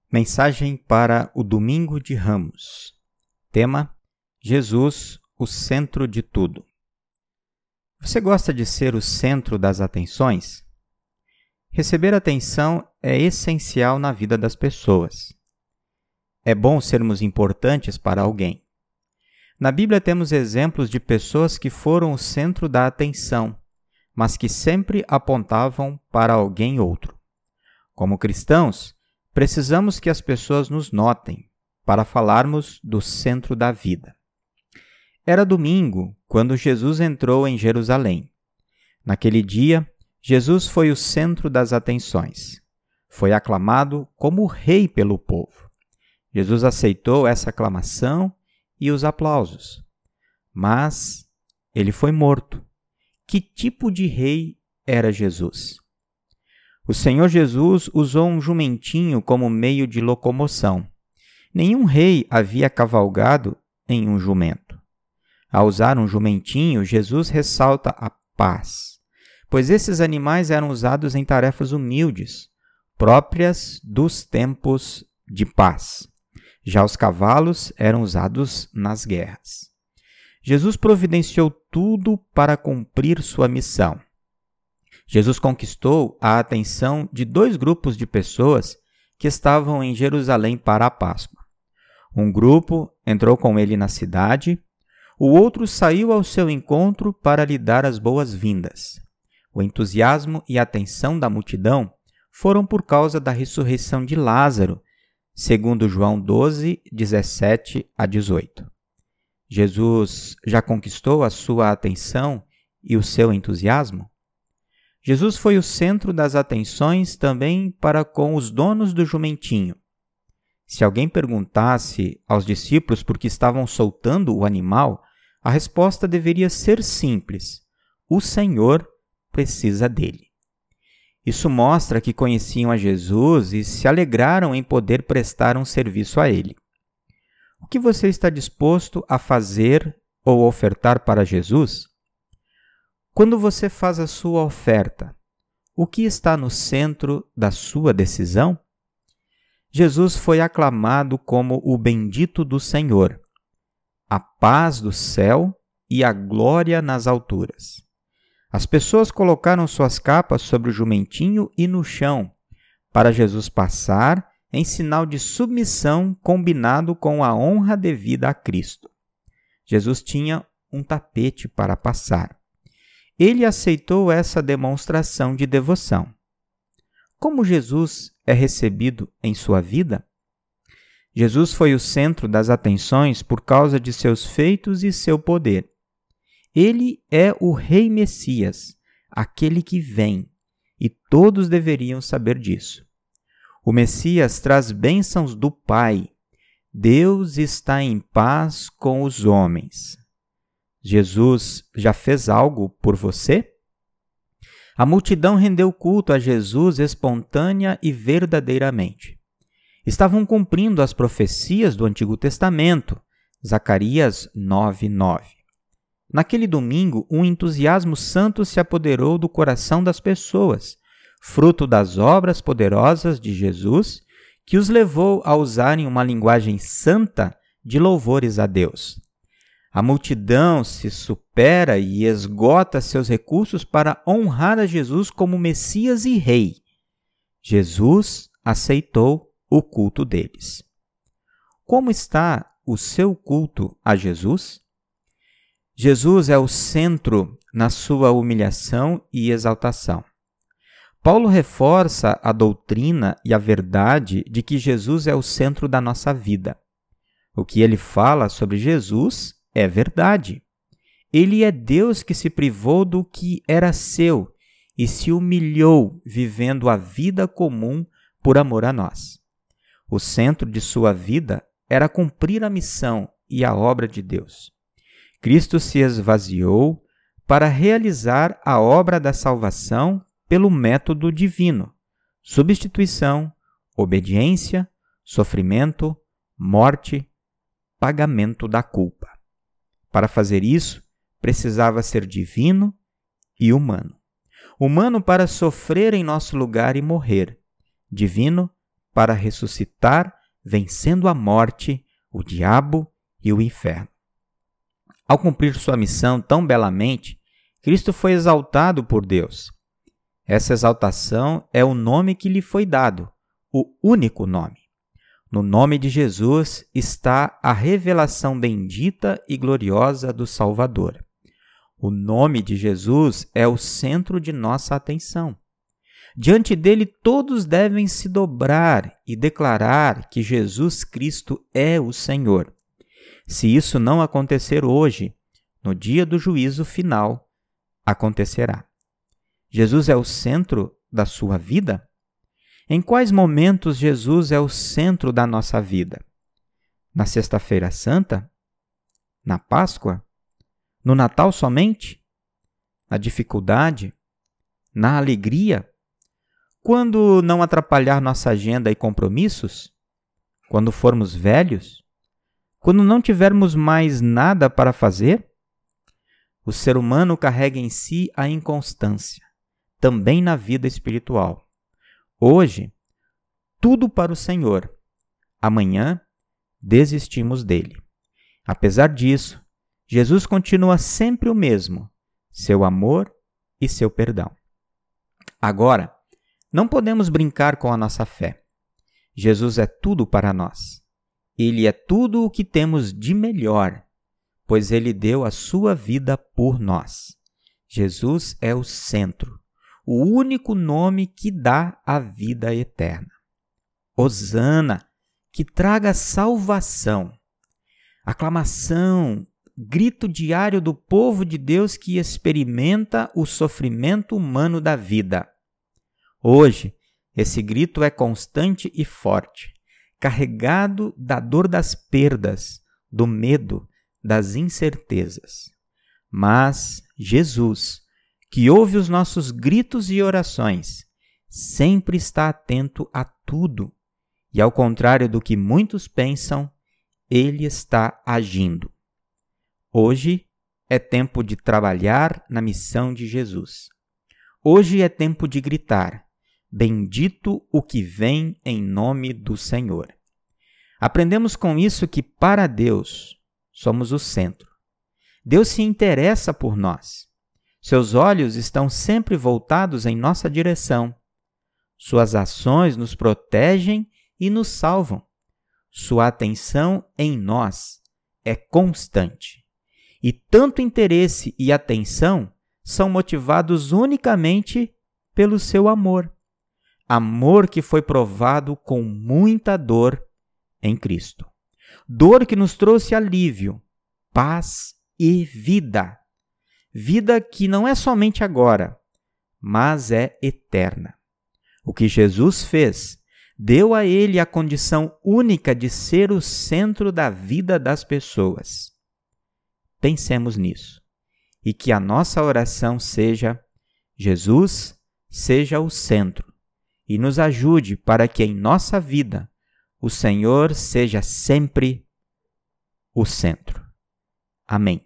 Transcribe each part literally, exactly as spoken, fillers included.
Mensagem para o Domingo de Ramos. Tema: Jesus, o centro de tudo. Você gosta de ser o centro das atenções? Receber atenção é essencial na vida das pessoas. É bom sermos importantes para alguém. Na Bíblia temos exemplos de pessoas que foram o centro da atenção, mas que sempre apontavam para alguém outro. Como cristãos, precisamos que as pessoas nos notem, para falarmos do centro da vida. Era domingo, quando Jesus entrou em Jerusalém. Naquele dia, Jesus foi o centro das atenções. Foi aclamado como rei pelo povo. Jesus aceitou essa aclamação e os aplausos. Mas ele foi morto. Que tipo de rei era Jesus? O Senhor Jesus usou um jumentinho como meio de locomoção. Nenhum rei havia cavalgado em um jumento. Ao usar um jumentinho, Jesus ressalta a paz, pois esses animais eram usados em tarefas humildes, próprias dos tempos de paz. Já os cavalos eram usados nas guerras. Jesus providenciou tudo para cumprir sua missão. Jesus conquistou a atenção de dois grupos de pessoas que estavam em Jerusalém para a Páscoa. Um grupo entrou com ele na cidade, o outro saiu ao seu encontro para lhe dar as boas-vindas. O entusiasmo e a atenção da multidão foram por causa da ressurreição de Lázaro, segundo João doze, dezessete a dezoito. Jesus já conquistou a sua atenção e o seu entusiasmo? Jesus foi o centro das atenções também para com os donos do jumentinho. Se alguém perguntasse aos discípulos por que estavam soltando o animal, a resposta deveria ser simples: o Senhor precisa dele. Isso mostra que conheciam a Jesus e se alegraram em poder prestar um serviço a ele. O que você está disposto a fazer ou ofertar para Jesus? Quando você faz a sua oferta, o que está no centro da sua decisão? Jesus foi aclamado como o bendito do Senhor, a paz do céu e a glória nas alturas. As pessoas colocaram suas capas sobre o jumentinho e no chão, para Jesus passar em sinal de submissão combinado com a honra devida a Cristo. Jesus tinha um tapete para passar. Ele aceitou essa demonstração de devoção. Como Jesus é recebido em sua vida? Jesus foi o centro das atenções por causa de seus feitos e seu poder. Ele é o Rei Messias, aquele que vem, e todos deveriam saber disso. O Messias traz bênçãos do Pai. Deus está em paz com os homens. Jesus já fez algo por você? A multidão rendeu culto a Jesus espontânea e verdadeiramente. Estavam cumprindo as profecias do Antigo Testamento, Zacarias nove, nove. Naquele domingo, um entusiasmo santo se apoderou do coração das pessoas, fruto das obras poderosas de Jesus, que os levou a usarem uma linguagem santa de louvores a Deus. A multidão se supera e esgota seus recursos para honrar a Jesus como Messias e Rei. Jesus aceitou o culto deles. Como está o seu culto a Jesus? Jesus é o centro na sua humilhação e exaltação. Paulo reforça a doutrina e a verdade de que Jesus é o centro da nossa vida. O que ele fala sobre Jesus é verdade. Ele é Deus que se privou do que era seu e se humilhou vivendo a vida comum por amor a nós. O centro de sua vida era cumprir a missão e a obra de Deus. Cristo se esvaziou para realizar a obra da salvação pelo método divino: substituição, obediência, sofrimento, morte, pagamento da culpa. Para fazer isso, precisava ser divino e humano. Humano para sofrer em nosso lugar e morrer. Divino para ressuscitar, vencendo a morte, o diabo e o inferno. Ao cumprir sua missão tão belamente, Cristo foi exaltado por Deus. Essa exaltação é o nome que lhe foi dado, o único nome. No nome de Jesus está a revelação bendita e gloriosa do Salvador. O nome de Jesus é o centro de nossa atenção. Diante dele, todos devem se dobrar e declarar que Jesus Cristo é o Senhor. Se isso não acontecer hoje, no dia do juízo final, acontecerá. Jesus é o centro da sua vida? Em quais momentos Jesus é o centro da nossa vida? Na Sexta-feira Santa? Na Páscoa? No Natal somente? Na dificuldade? Na alegria? Quando não atrapalhar nossa agenda e compromissos? Quando formos velhos? Quando não tivermos mais nada para fazer? O ser humano carrega em si a inconstância, também na vida espiritual. Hoje, tudo para o Senhor. Amanhã, desistimos dele. Apesar disso, Jesus continua sempre o mesmo, seu amor e seu perdão. Agora, não podemos brincar com a nossa fé. Jesus é tudo para nós. Ele é tudo o que temos de melhor, pois ele deu a sua vida por nós. Jesus é o centro, o único nome que dá a vida eterna. Hosana, que traga salvação. Aclamação, grito diário do povo de Deus que experimenta o sofrimento humano da vida. Hoje, esse grito é constante e forte, carregado da dor das perdas, do medo, das incertezas. Mas Jesus, que ouve os nossos gritos e orações, sempre está atento a tudo. E ao contrário do que muitos pensam, ele está agindo. Hoje é tempo de trabalhar na missão de Jesus. Hoje é tempo de gritar: bendito o que vem em nome do Senhor. Aprendemos com isso que, para Deus, somos o centro. Deus se interessa por nós. Seus olhos estão sempre voltados em nossa direção. Suas ações nos protegem e nos salvam. Sua atenção em nós é constante. E tanto interesse e atenção são motivados unicamente pelo seu amor. Amor que foi provado com muita dor em Cristo. Dor que nos trouxe alívio, paz e vida. Vida que não é somente agora, mas é eterna. O que Jesus fez deu a ele a condição única de ser o centro da vida das pessoas. Pensemos nisso e que a nossa oração seja: Jesus seja o centro e nos ajude para que em nossa vida o Senhor seja sempre o centro. Amém.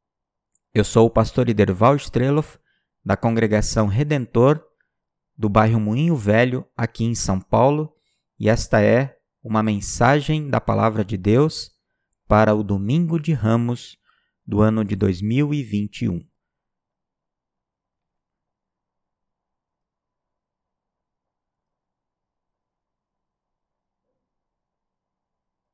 Eu sou o pastor Iderval Streloff, da Congregação Redentor, do bairro Moinho Velho, aqui em São Paulo, e esta é uma mensagem da Palavra de Deus para o Domingo de Ramos do ano de dois mil e vinte e um.